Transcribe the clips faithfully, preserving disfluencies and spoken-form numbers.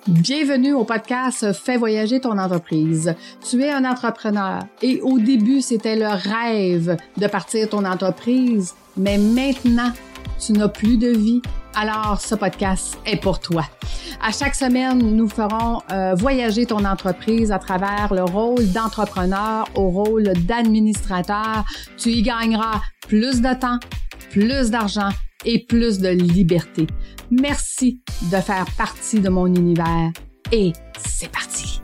Bienvenue au podcast Fais voyager ton entreprise. Tu es un entrepreneur et au début, c'était le rêve de partir ton entreprise, mais maintenant, tu n'as plus de vie. Alors, ce podcast est pour toi. À chaque semaine, nous ferons euh, voyager ton entreprise à travers le rôle d'entrepreneur au rôle d'administrateur. Tu y gagneras plus de temps, plus d'argent et plus de liberté. Merci de faire partie de mon univers et c'est parti!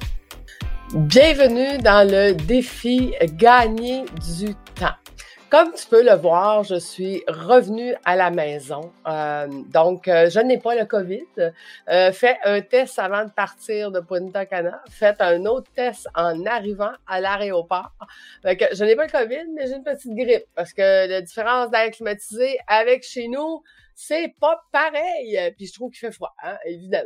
Bienvenue dans le défi Gagner du temps. Comme tu peux le voir, je suis revenue à la maison. Euh, donc, euh, je n'ai pas le COVID. Euh, fais un test avant de partir de Punta Cana. Faites un autre test en arrivant à l'aéroport. Fait que je n'ai pas le COVID, mais j'ai une petite grippe parce que la différence d'air climatisé avec chez nous, c'est pas pareil. Puis je trouve qu'il fait froid, hein, évidemment.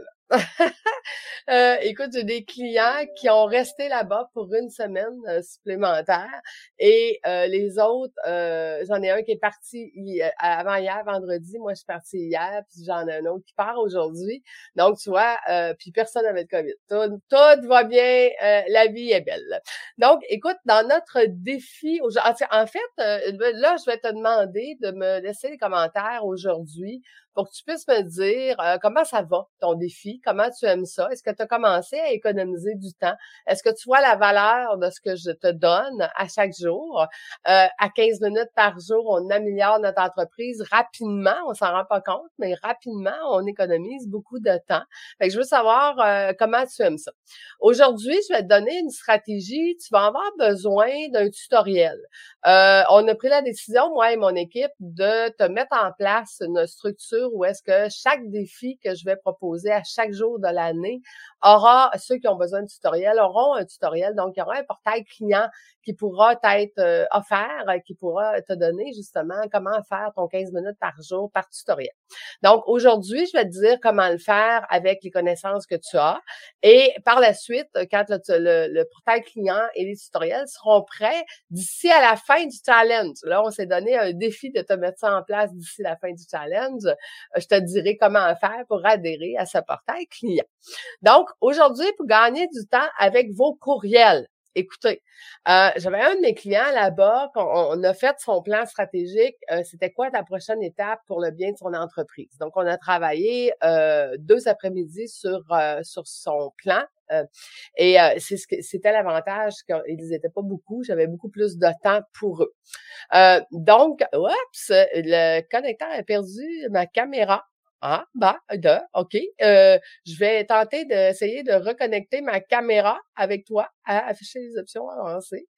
euh, écoute, j'ai des clients qui ont resté là-bas pour une semaine euh, supplémentaire et euh, les autres, euh, j'en ai un qui est parti hier, avant hier, vendredi, moi je suis partie hier, puis j'en ai un autre qui part aujourd'hui. Donc tu vois, euh, puis personne n'avait de COVID. Tout, tout va bien, euh, la vie est belle. Donc écoute, dans notre défi, en fait, euh, là je vais te demander de me laisser les commentaires aujourd'hui pour que tu puisses me dire euh, comment ça va, ton défi, comment tu aimes ça, est-ce que tu as commencé à économiser du temps, est-ce que tu vois la valeur de ce que je te donne à chaque jour, euh, à quinze minutes par jour, on améliore notre entreprise rapidement, on s'en rend pas compte, mais rapidement, on économise beaucoup de temps. Fait que je veux savoir euh, comment tu aimes ça. Aujourd'hui, je vais te donner une stratégie, tu vas avoir besoin d'un tutoriel. Euh, on a pris la décision, moi et mon équipe, de te mettre en place une structure où est-ce que chaque défi que je vais proposer à chaque jour de l'année aura, ceux qui ont besoin de tutoriel auront un tutoriel. Donc, il y aura un portail client qui pourra t'être euh, offert, qui pourra te donner justement comment faire ton quinze minutes par jour par tutoriel. Donc, aujourd'hui, je vais te dire comment le faire avec les connaissances que tu as. Et par la suite, quand le, le, le portail client et les tutoriels seront prêts d'ici à la fin du challenge. Là, on s'est donné un défi de te mettre ça en place d'ici la fin du challenge. Je te dirai comment faire pour adhérer à ce portail client. Donc, aujourd'hui, pour gagner du temps avec vos courriels, écoutez, euh, j'avais un de mes clients là-bas, on, on a fait son plan stratégique, euh, c'était quoi ta prochaine étape pour le bien de son entreprise. Donc, on a travaillé euh, deux après-midi sur euh, sur son plan. Euh, et euh, c'est ce que c'était l'avantage qu'ils n'étaient pas beaucoup, j'avais beaucoup plus de temps pour eux. Euh, donc, oups, le connecteur a perdu ma caméra. Ah, bah, de, OK. Euh, je vais tenter d'essayer de reconnecter ma caméra avec toi à afficher les options avancées.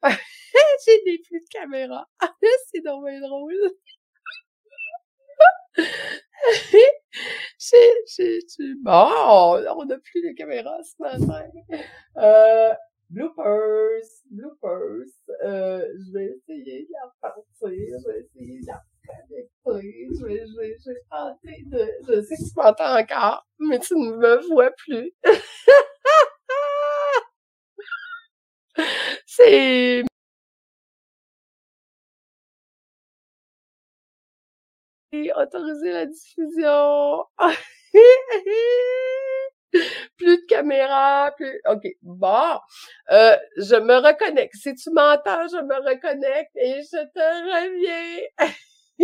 J'ai des flux de caméra. C'est donc bien drôle. j'ai, j'ai, j'ai... Bon, on n'a plus de caméra ce matin. Euh, bloopers, bloopers. Euh, je vais essayer de la repartir. Je vais essayer de la reconnecter. Je vais, je vais, je vais tenter de... Je sais que tu m'entends encore, mais tu ne me vois plus. C'est... autoriser la diffusion. Plus de caméra, plus... OK, bon. Euh, je me reconnecte. Si tu m'entends, je me reconnecte et je te reviens.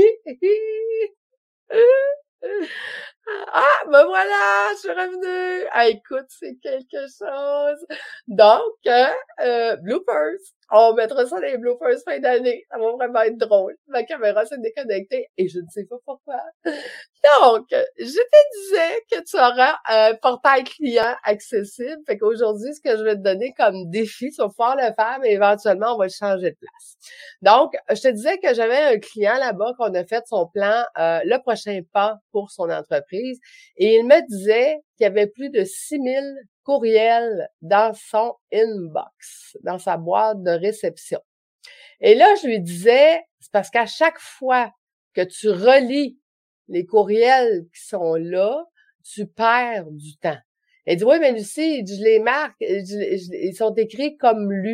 Ah, ben voilà, je suis revenue. Ah, écoute, c'est quelque chose. Donc, euh, euh, bloopers. On mettra ça dans les bloopers fin d'année. Ça va vraiment être drôle. Ma caméra s'est déconnectée et je ne sais pas pourquoi. Donc, je te disais que tu auras un portail client accessible. Fait qu'aujourd'hui, ce que je vais te donner comme défi, tu vas pouvoir le faire, mais éventuellement, on va le changer de place. Donc, je te disais que j'avais un client là-bas qu'on a fait son plan, euh, le prochain pas pour son entreprise. Et il me disait qu'il y avait plus de six mille courriels dans son inbox, dans sa boîte de réception. Et là, je lui disais, c'est parce qu'à chaque fois que tu relis les courriels qui sont là, tu perds du temps. Elle dit, oui, mais Lucie, je les marque, je, je, ils sont écrits comme lus.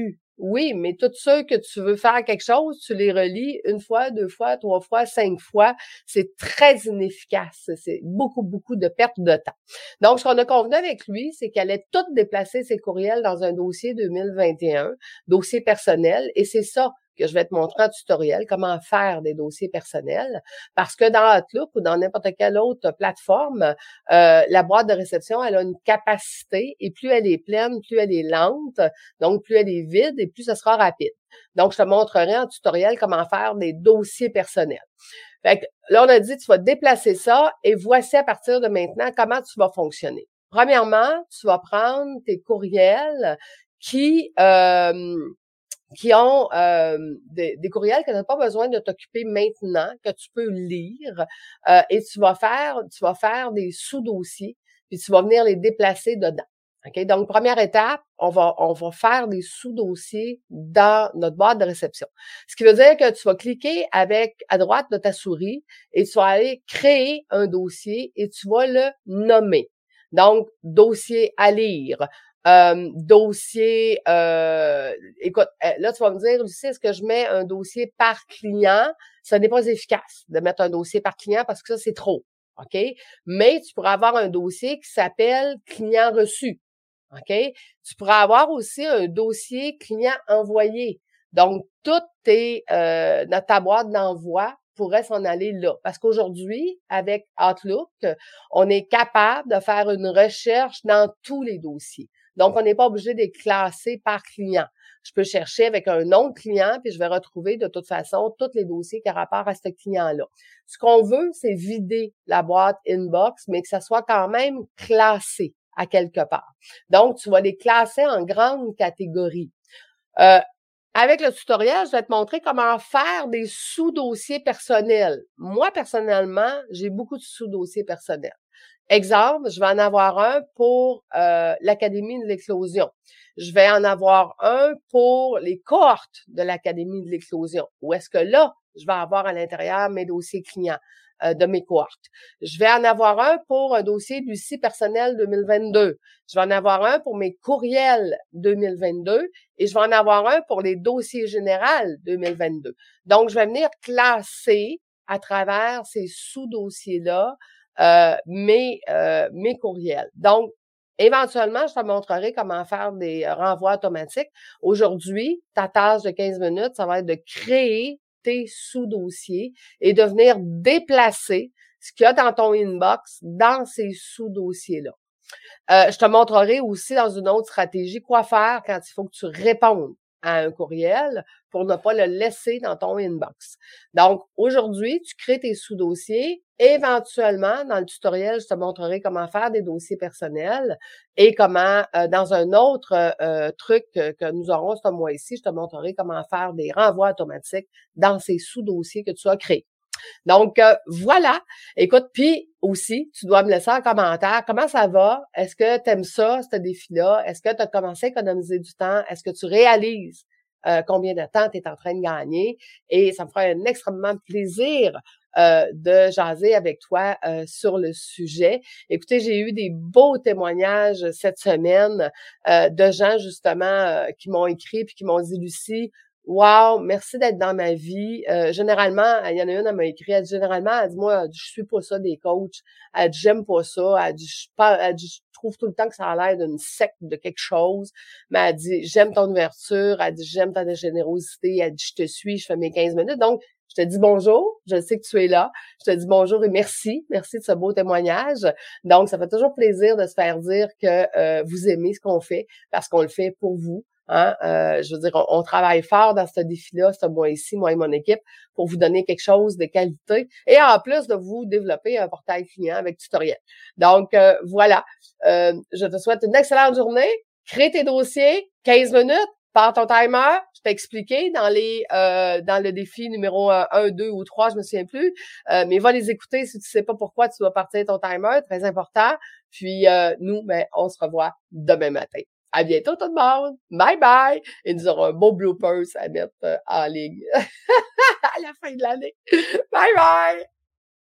oui, mais tous ceux que tu veux faire quelque chose, tu les relis une fois, deux fois, trois fois, cinq fois. C'est très inefficace. C'est beaucoup, beaucoup de perte de temps. Donc, ce qu'on a convenu avec lui, c'est qu'elle allait tout déplacer ses courriels dans un dossier deux mille vingt et un, dossier personnel, et c'est ça que je vais te montrer en tutoriel, comment faire des dossiers personnels, parce que dans Outlook ou dans n'importe quelle autre plateforme, euh, la boîte de réception, elle a une capacité, et plus elle est pleine, plus elle est lente, donc plus elle est vide, et plus ça sera rapide. Donc, je te montrerai en tutoriel comment faire des dossiers personnels. Fait que là, on a dit, tu vas déplacer ça, et voici à partir de maintenant comment tu vas fonctionner. Premièrement, tu vas prendre tes courriels qui... Euh, qui ont euh, des, des courriels que tu n'as pas besoin de t'occuper maintenant, que tu peux lire, euh, et tu vas faire, tu vas faire des sous-dossiers, puis tu vas venir les déplacer dedans. OK? Donc, première étape, on va, on va faire des sous-dossiers dans notre boîte de réception. Ce qui veut dire que tu vas cliquer avec à droite de ta souris et tu vas aller créer un dossier et tu vas le nommer. Donc, dossier à lire. Euh, dossier, euh, écoute, là, tu vas me dire, Lucie, est-ce que je mets un dossier par client? Ce n'est pas efficace de mettre un dossier par client parce que ça, c'est trop, OK? Mais tu pourras avoir un dossier qui s'appelle client reçu, OK? Tu pourras avoir aussi un dossier client envoyé. Donc, tout tes, euh, dans ta boîte d'envoi pourrait s'en aller là. Parce qu'aujourd'hui, avec Outlook, on est capable de faire une recherche dans tous les dossiers. Donc, on n'est pas obligé de les classer par client. Je peux chercher avec un nom de client, puis je vais retrouver de toute façon tous les dossiers qui ont rapport à ce client-là. Ce qu'on veut, c'est vider la boîte inbox, mais que ça soit quand même classé à quelque part. Donc, tu vas les classer en grandes catégories. Euh, Avec le tutoriel, je vais te montrer comment faire des sous-dossiers personnels. Moi, personnellement, j'ai beaucoup de sous-dossiers personnels. Exemple, je vais en avoir un pour euh, l'Académie de l'éclosion. Je vais en avoir un pour les cohortes de l'Académie de l'éclosion. Où est-ce que là, je vais avoir à l'intérieur mes dossiers clients euh, de mes cohortes. Je vais en avoir un pour un dossier Lucie personnel deux mille vingt-deux. Je vais en avoir un pour mes courriels deux mille vingt-deux et je vais en avoir un pour les dossiers généraux deux mille vingt-deux. Donc, je vais venir classer à travers ces sous-dossiers-là Euh, mes, euh, mes courriels. Donc, éventuellement, je te montrerai comment faire des renvois automatiques. Aujourd'hui, ta tâche de quinze minutes, ça va être de créer tes sous-dossiers et de venir déplacer ce qu'il y a dans ton inbox dans ces sous-dossiers-là. Euh, je te montrerai aussi dans une autre stratégie quoi faire quand il faut que tu répondes à un courriel pour ne pas le laisser dans ton inbox. Donc, aujourd'hui, tu crées tes sous-dossiers. Éventuellement, dans le tutoriel, je te montrerai comment faire des dossiers personnels et comment, euh, dans un autre euh, truc que, que nous aurons ce mois-ci, je te montrerai comment faire des renvois automatiques dans ces sous-dossiers que tu as créés. Donc, euh, voilà. Écoute, puis aussi, tu dois me laisser un commentaire. Comment ça va? Est-ce que tu aimes ça, ce défi-là? Est-ce que tu as commencé à économiser du temps? Est-ce que tu réalises euh, combien de temps tu es en train de gagner? Et ça me fera un extrêmement plaisir euh, de jaser avec toi euh, sur le sujet. Écoutez, j'ai eu des beaux témoignages cette semaine euh, de gens, justement, euh, qui m'ont écrit puis qui m'ont dit, Lucie, wow, merci d'être dans ma vie. Euh, généralement, il y en a une, elle m'a écrit, elle dit, généralement, elle dit, moi, je suis pas ça des coachs. Elle dit, j'aime pas ça. Elle dit, je, pas, elle dit, je trouve tout le temps que ça a l'air d'une secte de quelque chose. Mais elle dit, j'aime ton ouverture. Elle dit, j'aime ta générosité. Elle dit, je te suis, je fais mes quinze minutes. Donc, je te dis bonjour, je sais que tu es là. Je te dis bonjour et merci. Merci de ce beau témoignage. Donc, ça fait toujours plaisir de se faire dire que euh, vous aimez ce qu'on fait parce qu'on le fait pour vous. Hein? Euh, je veux dire, on, on travaille fort dans ce défi-là, ce mois-ci, moi et mon équipe, pour vous donner quelque chose de qualité et en plus de vous développer un portail client avec tutoriel. Donc, euh, voilà. Euh, je te souhaite une excellente journée. Crée tes dossiers, quinze minutes. Pars ton timer, je t'ai expliqué dans les euh, dans le défi numéro un, deux ou trois, je me souviens plus, euh, mais va les écouter si tu sais pas pourquoi tu dois partir ton timer, très important. Puis euh, nous, ben, on se revoit demain matin. À bientôt tout le monde. Bye bye. Et nous aurons un beau bloopers à mettre euh, en ligne à la fin de l'année. Bye bye.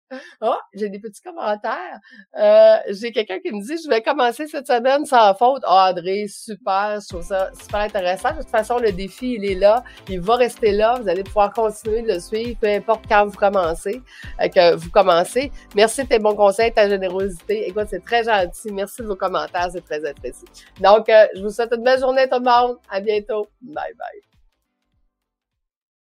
Oh, j'ai des petits commentaires. Euh, j'ai quelqu'un qui me dit, je vais commencer cette semaine sans faute. Ah, oh, André, super, je trouve ça super intéressant. De toute façon, le défi, il est là. Il va rester là. Vous allez pouvoir continuer de le suivre, peu importe quand vous commencez, euh, que vous commencez. Merci de tes bons conseils, ta générosité. Écoute, c'est très gentil. Merci de vos commentaires, c'est très apprécié. Donc, euh, je vous souhaite une belle journée tout le monde. À bientôt. Bye bye.